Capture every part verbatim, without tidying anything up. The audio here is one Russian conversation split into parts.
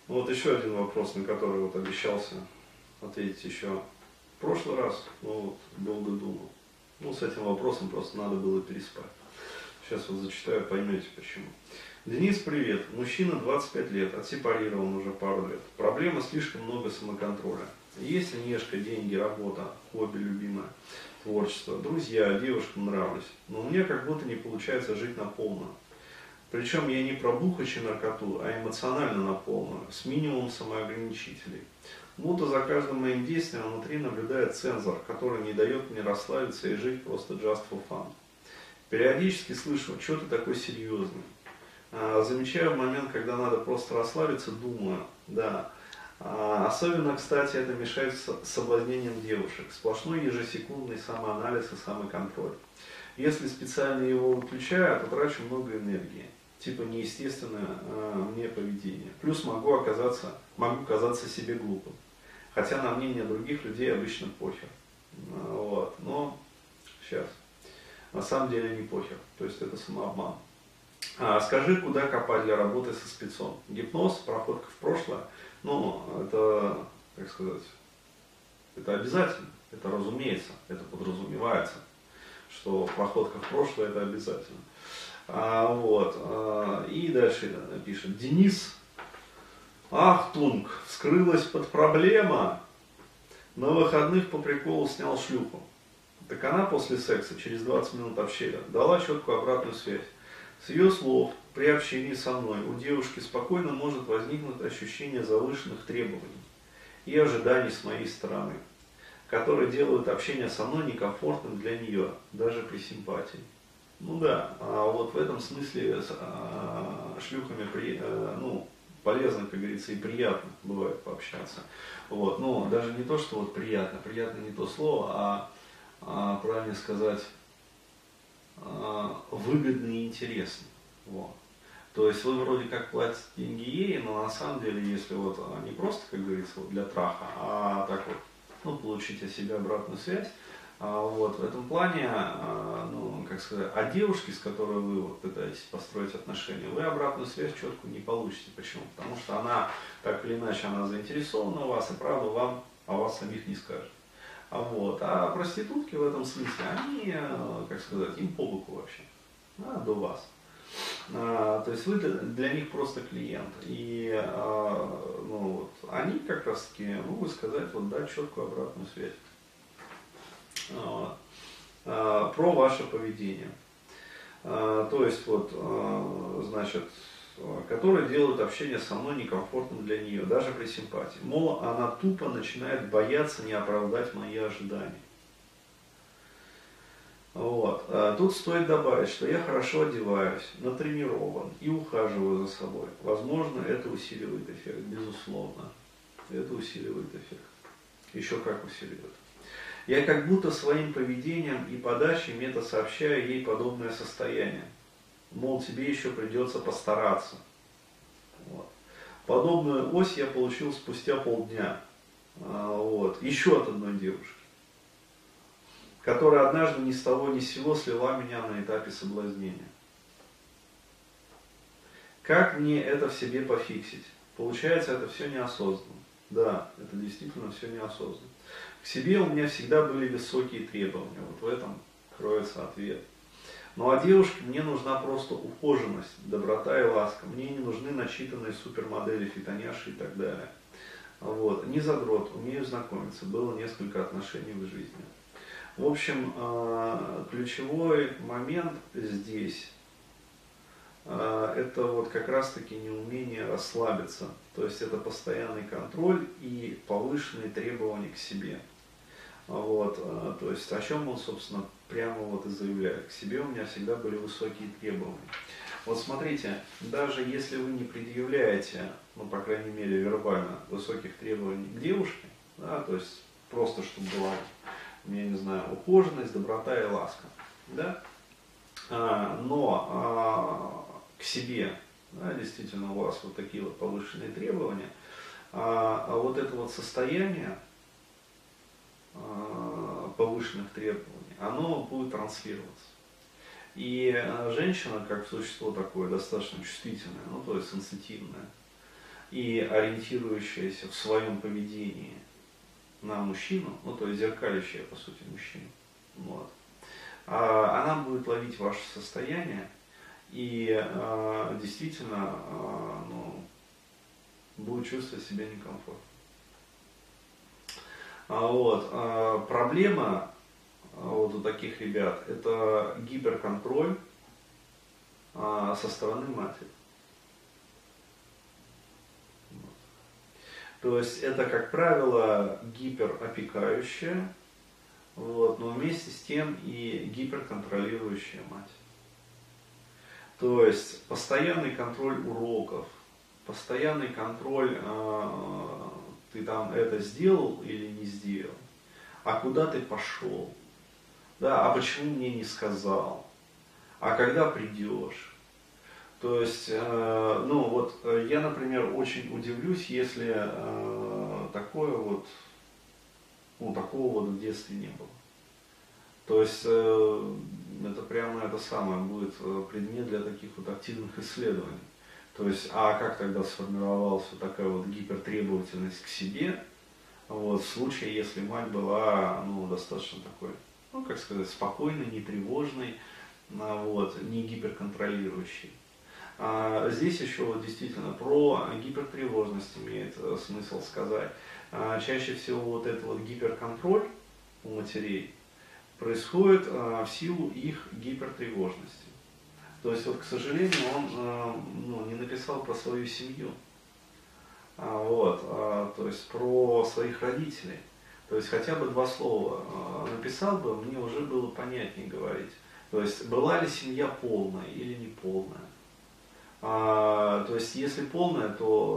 Вот еще один вопрос, на который вот обещался ответить еще в прошлый раз, но вот долго думал. Ну, с этим вопросом просто надо было переспать. Сейчас вот зачитаю, поймете почему. Денис, привет. Мужчина, двадцать пять лет, отсепарирован уже пару лет. Проблема слишком много самоконтроля. Есть внешка, деньги, работа, хобби любимое, творчество, друзья, девушкам нравлюсь. Но у меня как будто не получается жить на полную. Причем я не про бухач и наркоту, а эмоционально на полную, с минимумом самоограничителей. Будто за каждым моим действием внутри наблюдает цензор, который не дает мне расслабиться и жить просто just for fun. Периодически слышу, что ты такой серьезный. А, замечаю момент, когда надо просто расслабиться, думаю, да. А, особенно, кстати, это мешает с соблазнением девушек. Сплошной ежесекундный самоанализ и самоконтроль. Если специально его выключаю, то трачу много энергии. Типа неестественное э, мне поведение. Плюс могу оказаться, могу казаться себе глупым. Хотя на мнение других людей обычно похер. Вот. Но сейчас. На самом деле не похер. То есть это самообман. А, скажи, куда копать для работы со спецом? Гипноз, проходка в прошлое. Ну, это, как сказать, это обязательно. Это разумеется. Это подразумевается, что проходка в прошлое это обязательно. А, вот, а, и дальше пишет, Денис, ахтунг, вскрылась под проблема, на выходных по приколу снял шлюху. Так она после секса, через двадцать минут общения, дала четкую обратную связь. С ее слов, при общении со мной у девушки спокойно может возникнуть ощущение завышенных требований и ожиданий с моей стороны, которые делают общение со мной некомфортным для нее, даже при симпатии. Ну да, а вот в этом смысле с а, шлюхами при, а, ну, полезно, как говорится, и приятно бывает пообщаться. Вот, но даже не то, что вот приятно, приятно не то слово, а, а правильно сказать, а, выгодно и интересно. Вот. То есть вы вроде как платите деньги ей, но на самом деле, если вот не просто, как говорится, вот для траха, а так вот, ну, получить от себя обратную связь, а, вот, в этом плане, а, ну, как сказать, от девушки, с которой вы вот, пытаетесь построить отношения, вы обратную связь четкую не получите. Почему? Потому что она, так или иначе, она заинтересована в вас, и правда вам о вас самих не скажет. А, вот, а проститутки в этом смысле, они, как сказать, им по боку вообще, а, до вас. А, то есть вы для, для них просто клиент. И а, ну, вот, они как раз таки могут сказать, вот, дать четкую обратную связь. А, а, про ваше поведение. А, то есть, вот, а, значит, которые делают общение со мной некомфортным для нее, даже при симпатии. Мол, она тупо начинает бояться не оправдать мои ожидания. Вот. А тут стоит добавить, что я хорошо одеваюсь, натренирован и ухаживаю за собой. Возможно, это усиливает эффект, безусловно. Это усиливает эффект. Еще как усиливает. Я как будто своим поведением и подачей мета-сообщаю ей подобное состояние. Мол, тебе еще придется постараться. Вот. Подобную ось я получил спустя полдня. А, вот. Еще от одной девушки, которая однажды ни с того ни с сего слила меня на этапе соблазнения. Как мне это в себе пофиксить? Получается, это все неосознанно. Да, это действительно все неосознанно. К себе у меня всегда были высокие требования. Вот в этом кроется ответ. Ну а девушке мне нужна просто ухоженность, доброта и ласка. Мне не нужны начитанные супермодели, фитоняши и так далее. Вот. Не задрот, умею знакомиться. Было несколько отношений в жизни. В общем, ключевой момент здесь, это вот как раз таки неумение расслабиться. То есть это постоянный контроль и повышенные требования к себе. Вот, то есть о чем он, собственно, прямо вот и заявляет. К себе у меня всегда были высокие требования. Вот смотрите, даже если вы не предъявляете, ну, по крайней мере, вербально высоких требований к девушке, да, то есть просто чтобы была, я не знаю, ухоженность, доброта и ласка, да, а, но а, к себе, да, действительно у вас вот такие вот повышенные требования, а, а вот это вот состояние а, повышенных требований, оно будет транслироваться. И женщина, как существо такое, достаточно чувствительное, ну то есть сенситивное, и ориентирующаяся в своем поведении на мужчину, ну то есть зеркалящая по сути мужчину, вот, а, она будет ловить ваше состояние и а, действительно а, ну, будет чувствовать себя некомфортно. А, вот, а, проблема а, вот у таких ребят это гиперконтроль а, со стороны матери. То есть это, как правило, гиперопекающая, вот, но вместе с тем и гиперконтролирующая мать. То есть постоянный контроль уроков, постоянный контроль, э, ты там это сделал или не сделал, а куда ты пошел, да, а почему мне не сказал, а когда придешь. То есть, э, ну вот, я, например, очень удивлюсь, если э, такое вот, ну, такого вот в детстве не было. То есть, э, это прямо это самое будет предмет для таких вот активных исследований. То есть, а как тогда сформировалась вот такая вот гипертребовательность к себе, вот, в случае, если мать была, ну, достаточно такой, ну, как сказать, спокойной, не тревожной, вот, не гиперконтролирующей. А здесь еще вот действительно про гипертревожность имеет смысл сказать. А чаще всего вот этот вот гиперконтроль у матерей происходит а, в силу их гипертревожности. То есть вот, к сожалению, он а, ну, не написал про свою семью, а, вот, а, то есть про своих родителей. То есть хотя бы два слова а, написал бы, мне уже было понятнее говорить. То есть была ли семья полная или не полная. А, то есть, если полная,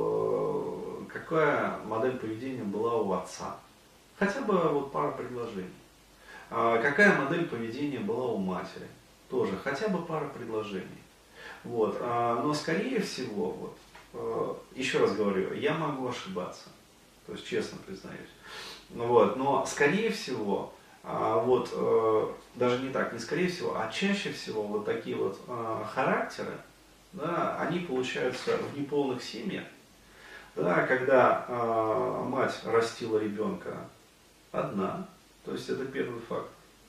то какая модель поведения была у отца? Хотя бы вот пара предложений. А, какая модель поведения была у матери? Тоже хотя бы пара предложений. Вот. А, но скорее всего, вот, а, еще раз говорю, я могу ошибаться. То есть честно признаюсь. Вот. Но скорее всего, а, вот, а, даже не так, не скорее всего, а чаще всего вот такие вот а, характеры, да, они получаются в неполных семьях, да, когда э, мать растила ребенка одна, то есть это первый факт.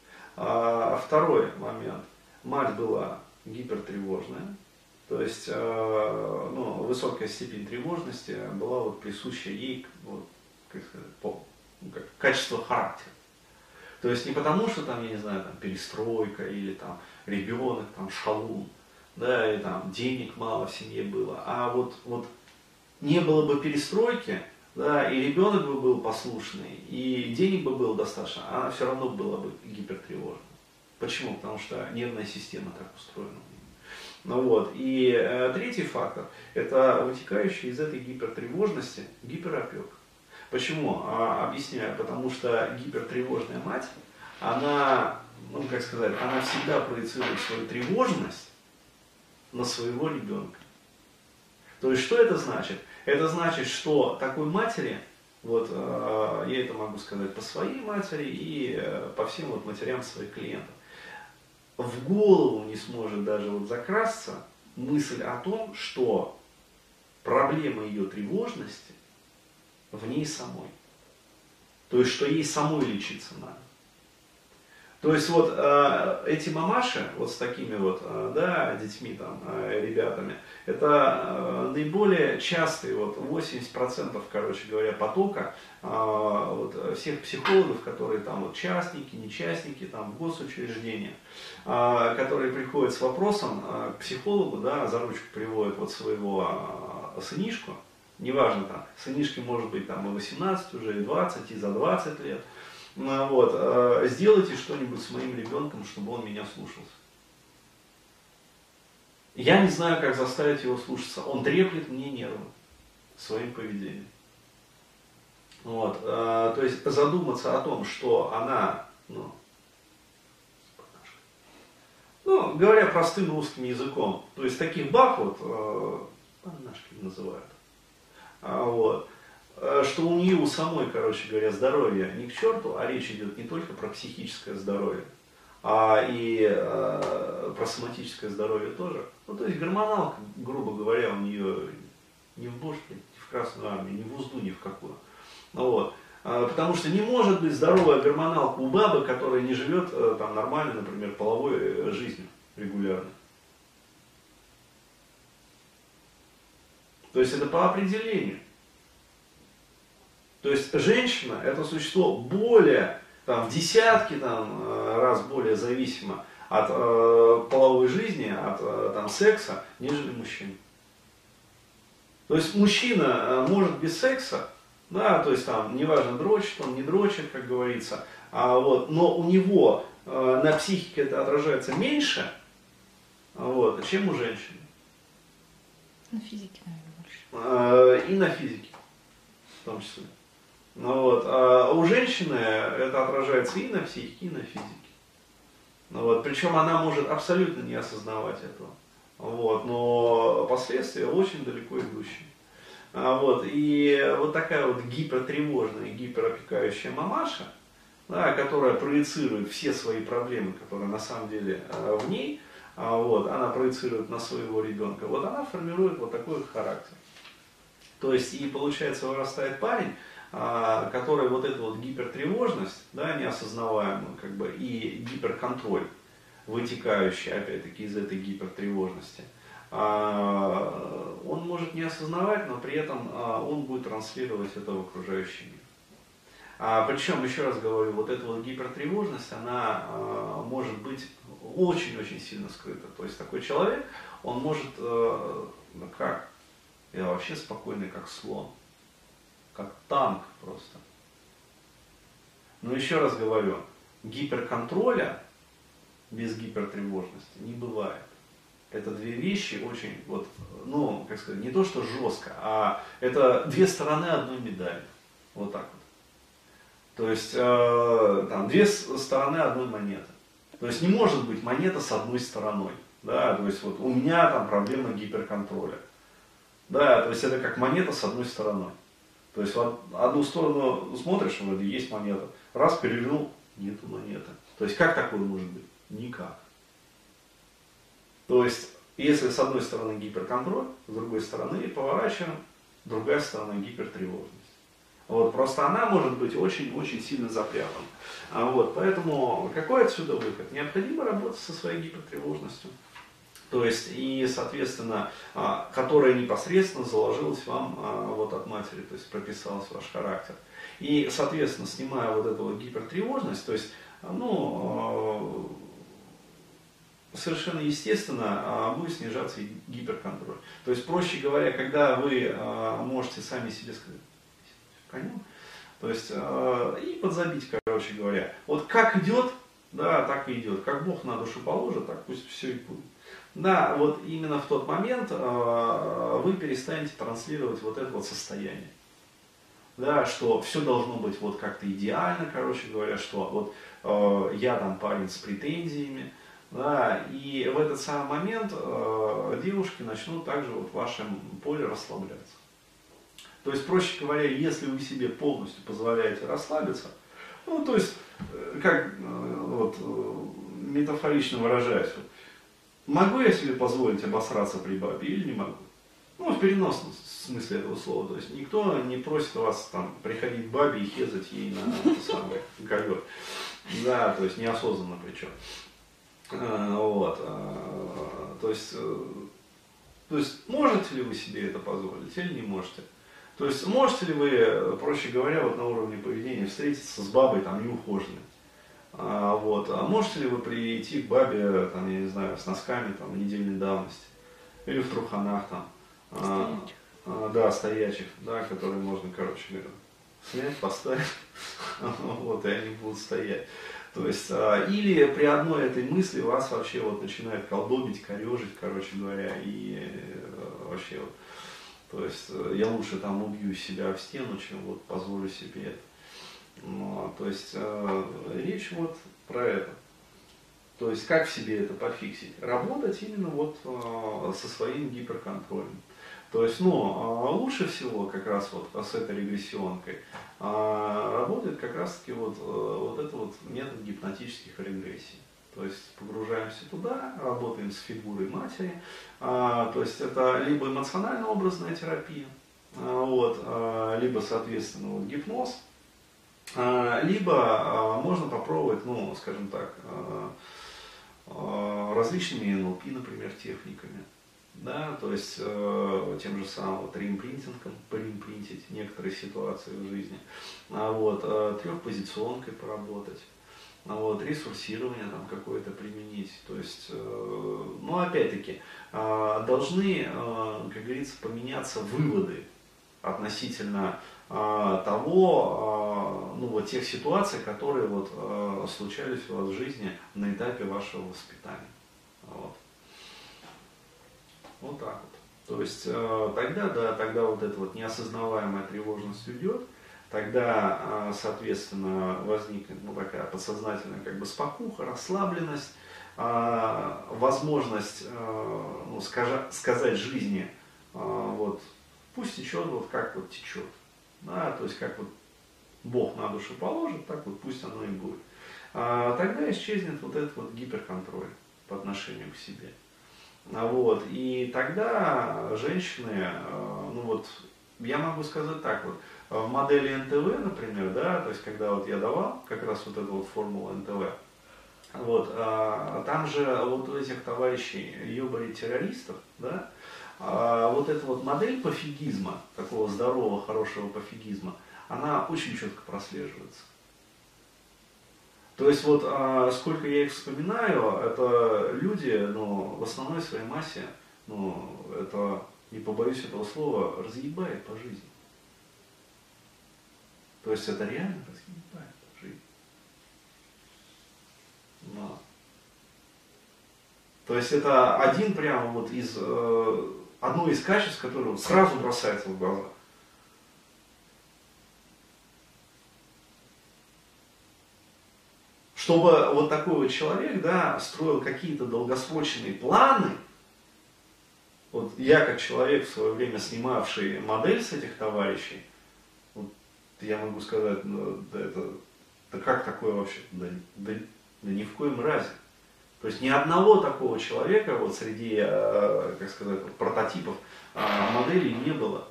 А второй момент, мать была гипертревожная, то есть э, ну, высокая степень тревожности была вот присуща ей, вот, как сказать, по, ну, как, качество характера. То есть не потому, что там, я не знаю, там перестройка или там ребенок, там шалун, да, и там денег мало в семье было, а вот, вот не было бы перестройки, да, и ребенок бы был послушный, и денег бы было достаточно, она все равно была бы гипертревожна. Почему? Потому что нервная система так устроена. Ну вот, и э, третий фактор, это вытекающий из этой гипертревожности гиперопека. Почему? А, объясняю, потому что гипертревожная мать, она, ну как сказать, она всегда проецирует свою тревожность на своего ребенка. То есть что это значит? Это значит, что такой матери, вот э, я это могу сказать по своей матери и э, по всем вот матерям своих клиентов, в голову не сможет даже вот закрасться мысль о том, что проблема ее тревожности в ней самой. То есть, что ей самой лечиться надо. То есть вот э, эти мамаши, вот с такими вот, э, да, детьми, там, э, ребятами, это э, наиболее частые, вот восемьдесят процентов, короче говоря, потока э, вот, всех психологов, которые там вот частники, не частники, там, госучреждения, э, которые приходят с вопросом э, к психологу, да, за ручку приводят вот своего э, сынишку, неважно там, сынишке может быть там и восемнадцать уже, и двадцать, и за двадцать лет. Вот, э, сделайте что-нибудь с моим ребенком, чтобы он меня слушался. Я не знаю, как заставить его слушаться. Он треплет мне нервы своим поведением. Вот, э, то есть задуматься о том, что она, ну, ну, говоря простым русским языком, то есть таких баб вот, э, панашки называют, а, вот, что у нее у самой, короче говоря, здоровье не к черту, а речь идет не только про психическое здоровье, а и э, про соматическое здоровье тоже. Ну, то есть гормоналка, грубо говоря, у нее Ни в Бош, ни в Красную Армию, ни в узду, ни в какую. Вот. Потому что не может быть здоровая гормоналка у бабы, которая не живет там нормально, например, половой жизнью регулярно. То есть это по определению. То есть женщина это существо более, там, в десятки там, раз более зависимо от э, половой жизни, от э, там, секса, нежели мужчина. То есть мужчина может без секса, да, то есть там неважно дрочит он, не дрочит, как говорится, а вот, но у него э, на психике это отражается меньше, вот, чем у женщины. На физике, наверное, Э, больше. и на физике, в том числе. Ну, вот, а у женщины это отражается и на психике, и на физике. Ну, вот, причем она может абсолютно не осознавать этого. Вот, но последствия очень далеко идущие. А, вот, и вот такая вот гипертревожная, гиперопекающая мамаша, да, которая проецирует все свои проблемы, которые на самом деле а, в ней, а, вот, она проецирует на своего ребенка, вот она формирует вот такой вот характер. То есть и получается вырастает парень, а, который вот эту вот гипертревожность, да, неосознаваемую, как бы, и гиперконтроль, вытекающий опять-таки из этой гипертревожности, а, он может не осознавать, но при этом а, он будет транслировать это в окружающий мир. А, причем, еще раз говорю, вот эта вот гипертревожность, она а, может быть очень-очень сильно скрыта. То есть такой человек, он может, а, ну как, я вообще спокойный, как слон, как танк просто. Но еще раз говорю, гиперконтроля без гипертревожности не бывает. Это две вещи очень, вот, ну, как сказать, не то что жестко, а это две стороны одной медали. Вот так вот. То есть, э, там, две стороны одной монеты. То есть не может быть монета с одной стороной. Да? То есть вот у меня там проблема гиперконтроля. Да, то есть это как монета с одной стороной. То есть в одну сторону смотришь, вроде есть монета, раз перевернул, нету монеты. То есть как такое может быть? Никак. То есть, если с одной стороны гиперконтроль, с другой стороны поворачиваем, другая сторона гипертревожность. Вот, просто она может быть очень-очень сильно запрятана. А вот, поэтому какой отсюда выход? Необходимо работать со своей гипертревожностью. То есть, и, соответственно, которая непосредственно заложилась вам вот от матери, то есть прописалась в ваш характер. И, соответственно, снимая вот эту вот гипертревожность, то есть, ну, совершенно естественно будет снижаться и гиперконтроль. То есть, проще говоря, когда вы можете сами себе сказать, конем, то есть, и подзабить, короче говоря. Вот как идет, да, так и идет. Как Бог на душу положит, так пусть все и будет. Да, вот именно в тот момент э, вы перестанете транслировать вот это вот состояние. Да, что все должно быть вот как-то идеально, короче говоря, что вот э, я там парень с претензиями, да, и в этот самый момент э, девушки начнут также вот в вашем поле расслабляться. То есть, проще говоря, если вы себе полностью позволяете расслабиться, ну, то есть, как э, вот, метафорично выражаясь, вот, могу я себе позволить обосраться при бабе или не могу? Ну, в переносном смысле этого слова. То есть никто не просит вас там приходить к бабе и хезать ей на это самое ковер. Да, то есть неосознанно причем. А, вот. А, то есть, то есть можете ли вы себе это позволить или не можете? То есть можете ли вы, проще говоря, вот на уровне поведения встретиться с бабой там неухоженной? А, вот. А можете ли вы прийти к бабе, там, я не знаю, с носками там, недельной давности? Или в труханах там? А, а, да, стоячих, да, которые можно, короче говоря, снять, поставить, вот, и они будут стоять. То есть, а, или при одной этой мысли вас вообще вот начинает колдобить, корежить, короче говоря, и э, вообще вот, то есть, я лучше там убью себя в стену, чем вот позволю себе это. Ну, то есть э, речь вот про это. То есть как в себе это пофиксить? Работать именно вот э, со своим гиперконтролем. То есть, ну, э, лучше всего как раз вот с этой регрессионкой э, работает как раз таки вот, э, вот этот вот метод гипнотических регрессий. То есть погружаемся туда, работаем с фигурой матери. А, то есть это либо эмоционально-образная терапия, а, вот, а, либо, соответственно, вот, гипноз, а, либо а, можно попробовать, ну, скажем так, а, а, различными эн эл пи, например, техниками. Да, то есть э, тем же самым вот, реимпринтингом, поримпринтить некоторые ситуации в жизни, а вот, э, трехпозиционкой поработать, а вот, ресурсирование там какое-то применить. То есть, э, ну опять-таки, э, должны, э, как говорится, поменяться выводы относительно э, того, э, ну вот тех ситуаций, которые вот, э, случались у вас в жизни на этапе вашего воспитания. Вот. Вот так вот. То есть э, тогда, да, тогда вот эта вот неосознаваемая тревожность уйдет, тогда, э, соответственно, возникнет ну, такая подсознательная как бы спокуха, расслабленность, э, возможность э, ну, скажа, сказать жизни, э, вот, пусть течет вот как вот течет. Да, то есть как вот Бог на душу положит, так вот пусть оно и будет. А тогда исчезнет вот этот вот гиперконтроль по отношению к себе. Вот, и тогда женщины, ну вот, я могу сказать так вот, в модели эн тэ вэ, например, да, то есть когда вот я давал как раз вот эту вот формулу эн тэ вэ, вот, там же вот у этих товарищей ёбари-террористов, да, вот эта вот модель пофигизма, такого здорового, хорошего пофигизма, она очень четко прослеживается. То есть вот а, сколько я их вспоминаю, это люди, ну, в основной своей массе, ну, это, не побоюсь этого слова, разъебает по жизни. То есть это реально разъебает по жизни. Да. То есть это один прямо вот из, э, одно из качеств, которое сразу бросается в глаза. Чтобы вот такой вот человек, да, строил какие-то долгосрочные планы, вот я как человек в свое время снимавший модель с этих товарищей, вот я могу сказать, ну, да, это, да как такое вообще, да, да, да ни в коем разе. То есть ни одного такого человека вот среди, э, как сказать, вот, прототипов э, моделей не было.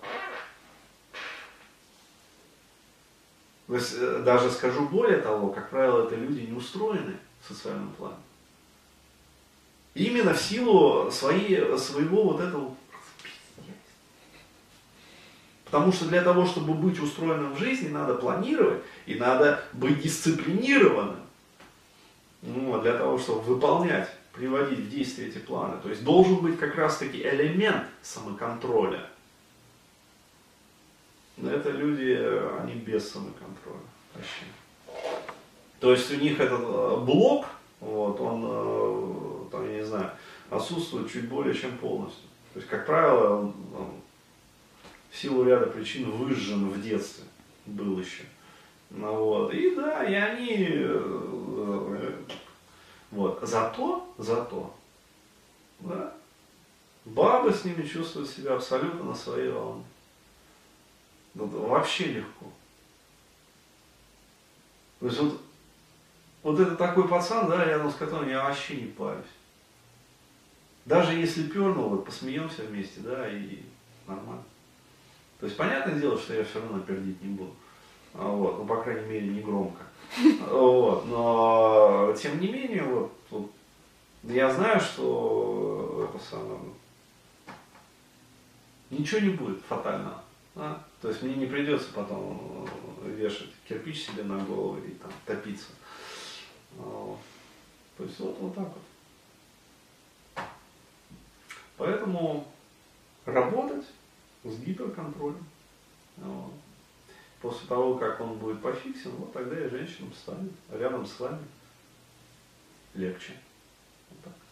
То есть, даже скажу более того, как правило, это люди не устроены в социальном плане. Именно в силу своей, своего вот этого. Потому что для того, чтобы быть устроенным в жизни, надо планировать и надо быть дисциплинированным. Ну, для того, чтобы выполнять, приводить в действие эти планы. То есть должен быть как раз таки элемент самоконтроля. Но это люди, они без самоконтроля вообще. То есть у них этот блок, вот, он, там, я не знаю, отсутствует чуть более чем полностью. То есть, как правило, он, он в силу ряда причин выжжен в детстве, был еще. Ну, вот. И да, и они, вот, зато, зато, да, бабы с ними чувствуют себя абсолютно на своей волне. Вообще легко. То есть вот, вот это такой пацан, да, рядом с которым я вообще не парюсь. Даже если пернул, вот, посмеемся вместе, да, и нормально. То есть понятное дело, что я все равно пердить не буду. Вот, ну, по крайней мере, не громко. Вот, но тем не менее, вот, вот я знаю, что это самое, ничего не будет фатального. А? То есть мне не придется потом вешать кирпич себе на голову и там топиться. Вот. То есть вот, вот так вот. Поэтому работать с гиперконтролем. Вот. После того, как он будет пофиксен, вот тогда и женщинам станет рядом с вами легче. Вот так.